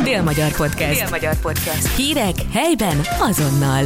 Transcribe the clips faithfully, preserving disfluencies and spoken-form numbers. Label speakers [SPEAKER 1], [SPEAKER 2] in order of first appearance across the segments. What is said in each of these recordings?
[SPEAKER 1] Dél-Magyar Podcast. Dél-Magyar Podcast. Hírek helyben azonnal.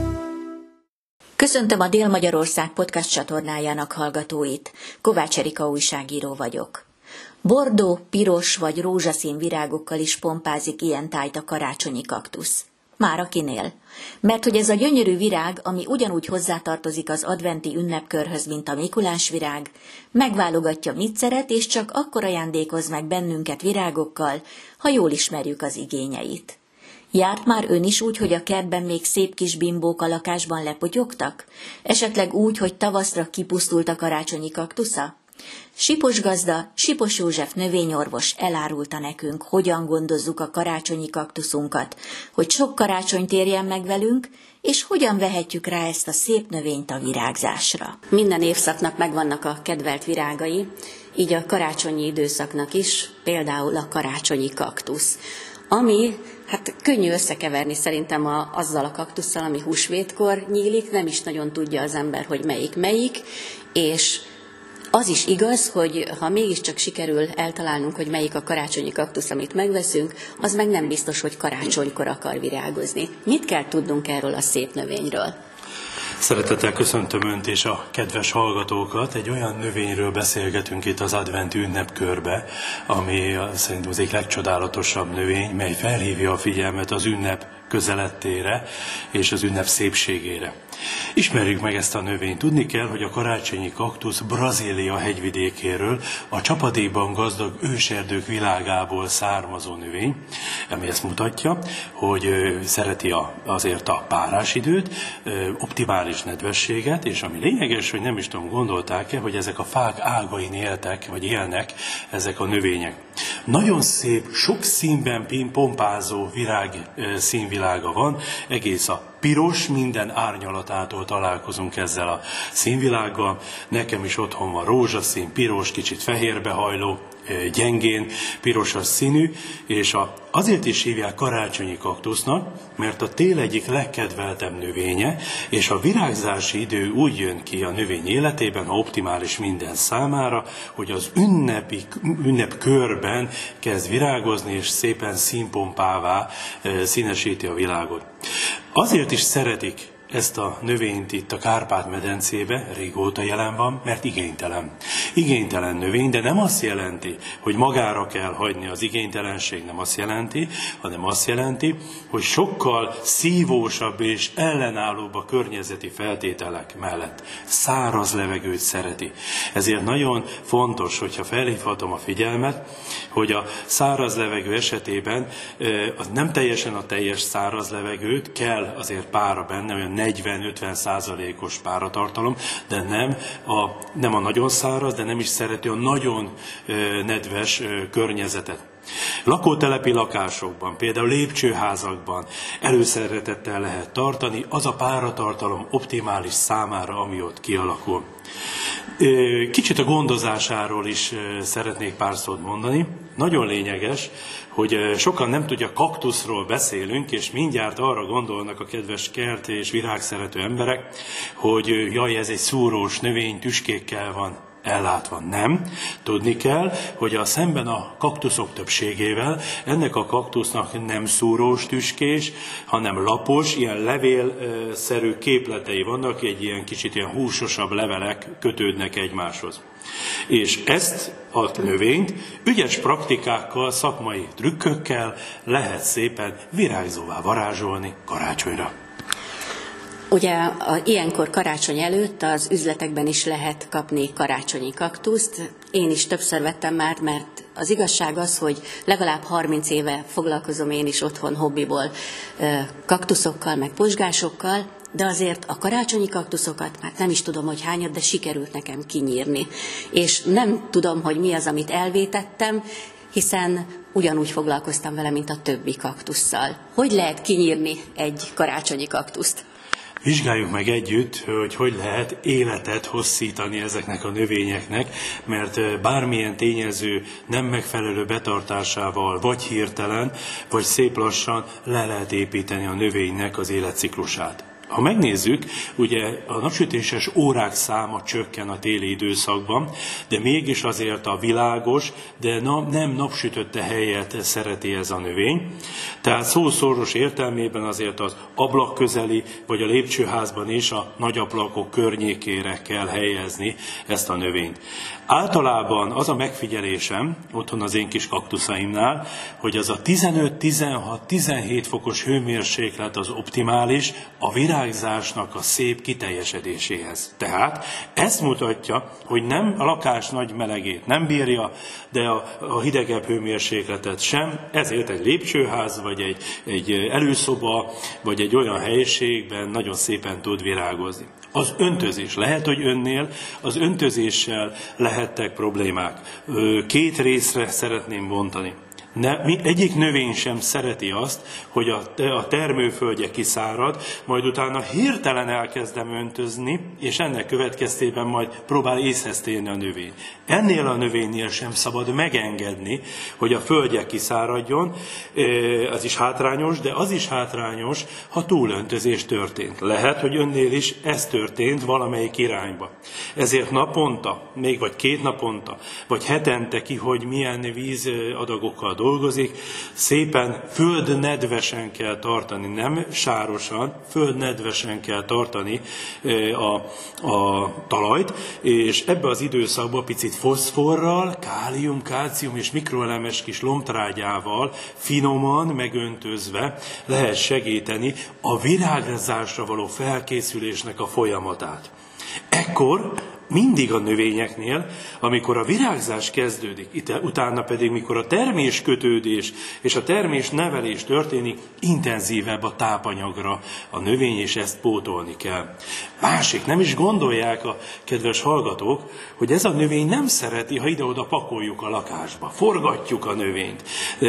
[SPEAKER 2] Köszöntöm a Dél-Magyarország Podcast csatornájának hallgatóit. Kovács Erika újságíró vagyok. Bordó, piros vagy rózsaszín virágokkal is pompázik ilyen tájt a karácsonyi kaktusz. Már akinél. Mert hogy ez a gyönyörű virág, ami ugyanúgy hozzátartozik az adventi ünnepkörhöz, mint a Mikulás virág, megválogatja, mit szeret, és csak akkor ajándékoz meg bennünket virágokkal, ha jól ismerjük az igényeit. Járt már ön is úgy, hogy a kertben még szép kis bimbók a lakásban lepotyogtak? Esetleg úgy, hogy tavaszra kipusztult a karácsonyi kaktusza? Sipos gazda, Sipos József növényorvos elárulta nekünk, hogyan gondozzuk a karácsonyi kaktuszunkat, hogy sok karácsonyt érjen meg velünk, és hogyan vehetjük rá ezt a szép növényt a virágzásra. Minden évszaknak megvannak a kedvelt virágai, így a karácsonyi időszaknak is, például a karácsonyi kaktusz, ami hát könnyű összekeverni szerintem a, azzal a kaktusszal, ami húsvétkor nyílik, nem is nagyon tudja az ember, hogy melyik melyik, és az is igaz, hogy ha mégiscsak sikerül eltalálnunk, hogy melyik a karácsonyi kaktusz, amit megveszünk, az meg nem biztos, hogy karácsonykor akar virágozni. Mit kell tudnunk erről a szép növényről?
[SPEAKER 3] Szeretettel köszöntöm Önt és a kedves hallgatókat. Egy olyan növényről beszélgetünk itt az advent ünnepkörbe, ami szerintem az egyik legcsodálatosabb növény, mely felhívja a figyelmet az ünnep közelettére és az ünnep szépségére. Ismerjük meg ezt a növényt. Tudni kell, hogy a karácsonyi kaktusz Brazília hegyvidékéről, a csapadékban gazdag őserdők világából származó növény, ami ezt mutatja, hogy szereti a, azért a párás időt, optimális nedvességet, és ami lényeges, hogy nem is tudom, gondolták-e, hogy ezek a fák ágain éltek, vagy élnek ezek a növények. Nagyon szép, sok színben pompázó virág színvilága van, egész a piros, minden árnyalatától találkozunk ezzel a színvilággal. Nekem is otthon van rózsaszín, piros, kicsit fehérbe hajló, gyengén, pirosas színű, és a, azért is hívják karácsonyi kaktusznak, mert a tél egyik legkedveltebb növénye, és a virágzási idő úgy jön ki a növény életében, ha optimális minden számára, hogy az ünnepi, ünnepkörben kezd virágozni, és szépen színpompává színesíti a világot. Azért is szeretik ezt a növényt itt a Kárpát-medencébe, régóta jelen van, mert igénytelen. Igénytelen növény, de nem azt jelenti, hogy magára kell hagyni az igénytelenség, nem azt jelenti, hanem azt jelenti, hogy sokkal szívósabb és ellenállóbb a környezeti feltételek mellett. Száraz levegőt szereti. Ezért nagyon fontos, hogyha felhívhatom a figyelmet, hogy a száraz levegő esetében az nem teljesen a teljes száraz levegőt, kell azért pára benne, olyan negyven-ötven százalékos páratartalom, de nem a, nem a nagyon száraz, de nem is szereti a nagyon ö, nedves ö, környezetet. Lakótelepi lakásokban, például lépcsőházakban előszeretettel lehet tartani, az a páratartalom optimális számára, ami ott kialakul. Kicsit a gondozásáról is szeretnék pár szót mondani. Nagyon lényeges, hogy sokan nem tudja, kaktuszról beszélünk, és mindjárt arra gondolnak a kedves kert és virágszerető emberek, hogy jaj, ez egy szúrós növény, tüskékkel van ellátva. Nem. Tudni kell, hogy a szemben a kaktuszok többségével ennek a kaktusznak nem szúrós tüskés, hanem lapos, ilyen levélszerű képletei vannak, egy ilyen kicsit ilyen húsosabb levelek kötődnek egymáshoz. És ezt a növényt ügyes praktikákkal, szakmai trükkökkel lehet szépen virágzóvá varázsolni karácsonyra.
[SPEAKER 2] Ugye a, ilyenkor karácsony előtt az üzletekben is lehet kapni karácsonyi kaktuszt. Én is többször vettem már, mert az igazság az, hogy legalább harminc éve foglalkozom én is otthon hobbiból kaktuszokkal, meg pozsgásokkal, de azért a karácsonyi kaktuszokat, már nem is tudom, hogy hányat, de sikerült nekem kinyírni. És nem tudom, hogy mi az, amit elvétettem, hiszen ugyanúgy foglalkoztam vele, mint a többi kaktusszal. Hogy lehet kinyírni egy karácsonyi kaktuszt?
[SPEAKER 3] Vizsgáljuk meg együtt, hogy hogy lehet életet hosszítani ezeknek a növényeknek, mert bármilyen tényező nem megfelelő betartásával, vagy hirtelen, vagy szép lassan le lehet építeni a növénynek az életciklusát. Ha megnézzük, ugye a napsütéses órák száma csökken a téli időszakban, de mégis azért a világos, de nem napsütötte helyet szereti ez a növény. Tehát szószoros értelmében azért az ablak közeli, vagy a lépcsőházban is a nagy ablakok környékére kell helyezni ezt a növényt. Általában az a megfigyelésem, otthon az én kis kaktuszaimnál, hogy az a tizenöt, tizenhat, tizenhét fokos hőmérséklet az optimális a virágzásnak a szép kiteljesedéséhez. Tehát ezt mutatja, hogy nem a lakás nagy melegét nem bírja, de a, a hidegebb hőmérsékletet sem, ezért egy lépcsőház, vagy egy, egy előszoba, vagy egy olyan helyiségben nagyon szépen tud virágozni. Az öntözés. Lehet, hogy önnél az öntözéssel lehettek problémák. Két részre szeretném bontani. Ne, mi, egyik növény sem szereti azt, hogy a, a termőföldje kiszárad, majd utána hirtelen elkezdem öntözni, és ennek következtében majd próbál észhez térni a növény. Ennél a növénynél sem szabad megengedni, hogy a földje kiszáradjon, az is hátrányos, de az is hátrányos, ha túlöntözés történt. Lehet, hogy önnél is ez történt valamelyik irányba. Ezért naponta, még vagy két naponta, vagy hetente ki, hogy milyen vízadagokkal dolgozik, szépen földnedvesen kell tartani, nem sárosan, földnedvesen kell tartani a, a talajt, és ebbe az időszakban picit foszforral, kálium, kálcium és mikroelemes kis lombtrágyával finoman megöntözve lehet segíteni a virágzásra való felkészülésnek a folyamatát. Ekkor mindig a növényeknél, amikor a virágzás kezdődik, utána pedig, mikor a terméskötődés és a termésnevelés történik, intenzívebb a tápanyagra a növény, és ezt pótolni kell. Másik, nem is gondolják a kedves hallgatók, hogy ez a növény nem szereti, ha ide-oda pakoljuk a lakásba, forgatjuk a növényt,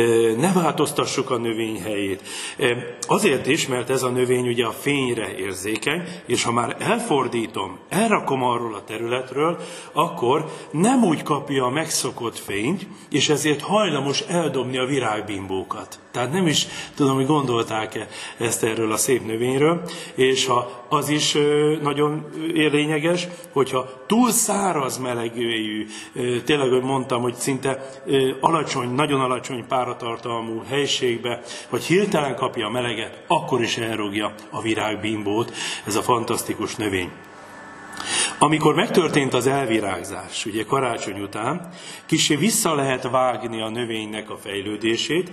[SPEAKER 3] ne változtassuk a növény helyét. Azért is, mert ez a növény ugye a fényre érzékeny, és ha már elfordítom, elrakom arról a területről, akkor nem úgy kapja a megszokott fényt, és ezért hajlamos eldobni a virágbimbókat. Tehát nem is tudom, hogy gondolták-e ezt erről a szép növényről, és ha az is nagyon lényeges, hogyha túl száraz melegőjű, tényleg, hogy mondtam, hogy szinte alacsony, nagyon alacsony páratartalmú helyiségbe, vagy hirtelen kapja a meleget, akkor is elrúgja a virágbimbót ez a fantasztikus növény. Amikor megtörtént az elvirágzás, ugye karácsony után, kissé vissza lehet vágni a növénynek a fejlődését.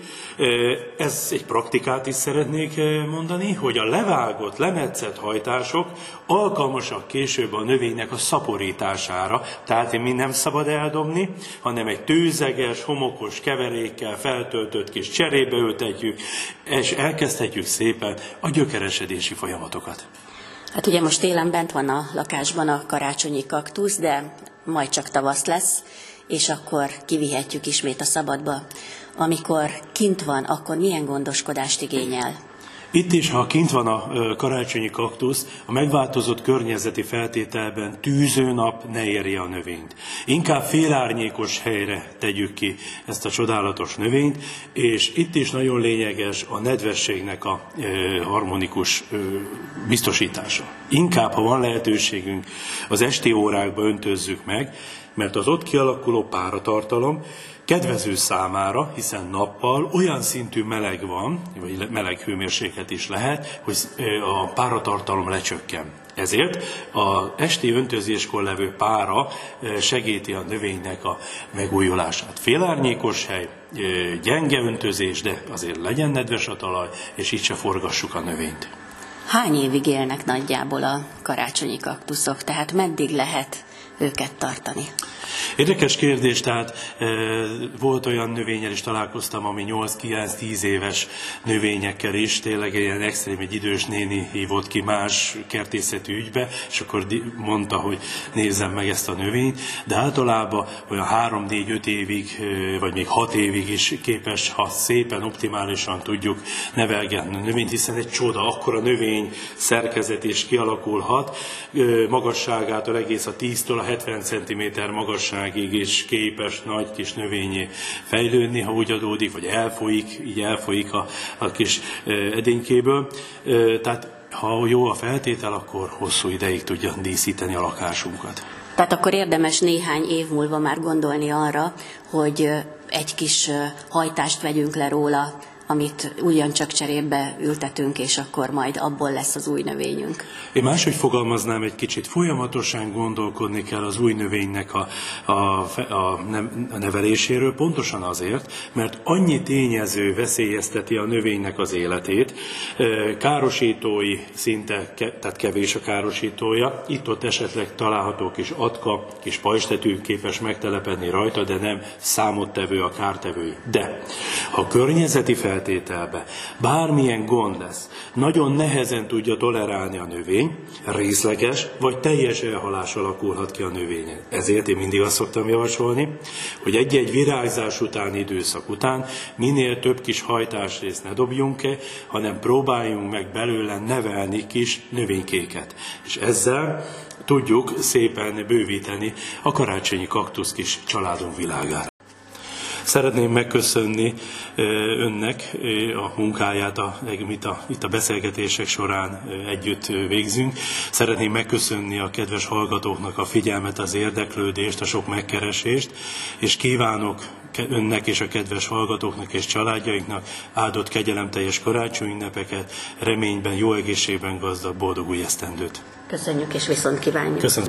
[SPEAKER 3] Ez egy praktikát is szeretnék mondani, hogy a levágott, lemetszett hajtások alkalmasak később a növénynek a szaporítására. Tehát mi nem szabad eldobni, hanem egy tőzeges, homokos keverékkel feltöltött kis cserébe ültetjük, és elkezdhetjük szépen a gyökeresedési folyamatokat.
[SPEAKER 2] Hát ugye most télen bent van a lakásban a karácsonyi kaktusz, de majd csak tavasz lesz, és akkor kivihetjük ismét a szabadba. Amikor kint van, akkor milyen gondoskodást igényel?
[SPEAKER 3] Itt is, ha kint van a karácsonyi kaktusz, a megváltozott környezeti feltételben tűző nap ne érje a növényt. Inkább félárnyékos helyre tegyük ki ezt a csodálatos növényt, és itt is nagyon lényeges a nedvességnek a harmonikus biztosítása. Inkább, ha van lehetőségünk, az esti órákba öntözzük meg, mert az ott kialakuló páratartalom kedvező számára, hiszen nappal olyan szintű meleg van, vagy meleg hőmérséklet is lehet, hogy a páratartalom lecsökken. Ezért az esti öntözéskor levő pára segíti a növénynek a megújulását. Félárnyékos hely, gyenge öntözés, de azért legyen nedves a talaj, és így se forgassuk a növényt.
[SPEAKER 2] Hány évig élnek nagyjából a karácsonyi kaktuszok, tehát meddig lehet őket tartani?
[SPEAKER 3] Érdekes kérdés, tehát e, volt olyan növényel is találkoztam, ami nyolc-kilenc-tíz éves növényekkel is, tényleg ilyen extrém, egy idős néni hívott ki más kertészeti ügybe, és akkor mondta, hogy nézzem meg ezt a növényt, de általában olyan három-négy-öt évig, vagy még hat évig is képes, ha szépen, optimálisan tudjuk nevelgetni a növényt, hiszen egy csoda, akkor a növény szerkezet is kialakulhat, magasságától egész a tíztől a hetven centiméter magasságig is képes nagy kis növényé fejlődni, ha úgy adódik, vagy elfolyik, így elfolyik a, a kis edénykéből. Tehát ha jó a feltétel, akkor hosszú ideig tudja díszíteni a lakásunkat.
[SPEAKER 2] Tehát akkor érdemes néhány év múlva már gondolni arra, hogy egy kis hajtást vegyünk le róla, amit ugyancsak cserébe ültetünk, és akkor majd abból lesz az új növényünk.
[SPEAKER 3] Én máshogy fogalmaznám egy kicsit, folyamatosan gondolkodni kell az új növénynek a, a, a neveléséről, pontosan azért, mert annyi tényező veszélyezteti a növénynek az életét, károsítói szinte, tehát kevés a károsítója, itt-ott esetleg található kis atka, kis pajzstetű képes megtelepedni rajta, de nem számottevő a kártevői. De ha környezeti fel feltételbe bármilyen gond lesz, nagyon nehezen tudja tolerálni a növény, részleges vagy teljes elhalás alakulhat ki a növényen. Ezért én mindig azt szoktam javasolni, hogy egy-egy virágzás utáni időszak után minél több kis hajtásrészt ne dobjunk ki, hanem próbáljunk meg belőle nevelni kis növénykéket. És ezzel tudjuk szépen bővíteni a karácsonyi kaktusz kis családunk világát. Szeretném megköszönni önnek a munkáját, amit a, itt a beszélgetések során együtt végzünk. Szeretném megköszönni a kedves hallgatóknak a figyelmet, az érdeklődést, a sok megkeresést, és kívánok önnek és a kedves hallgatóknak és családjainknak áldott kegyelemteljes karácsonyi-ünnepeket, reményben, jó egészségben gazdag, boldog új esztendőt.
[SPEAKER 2] Köszönjük és viszont kívánjuk.
[SPEAKER 3] Köszönöm.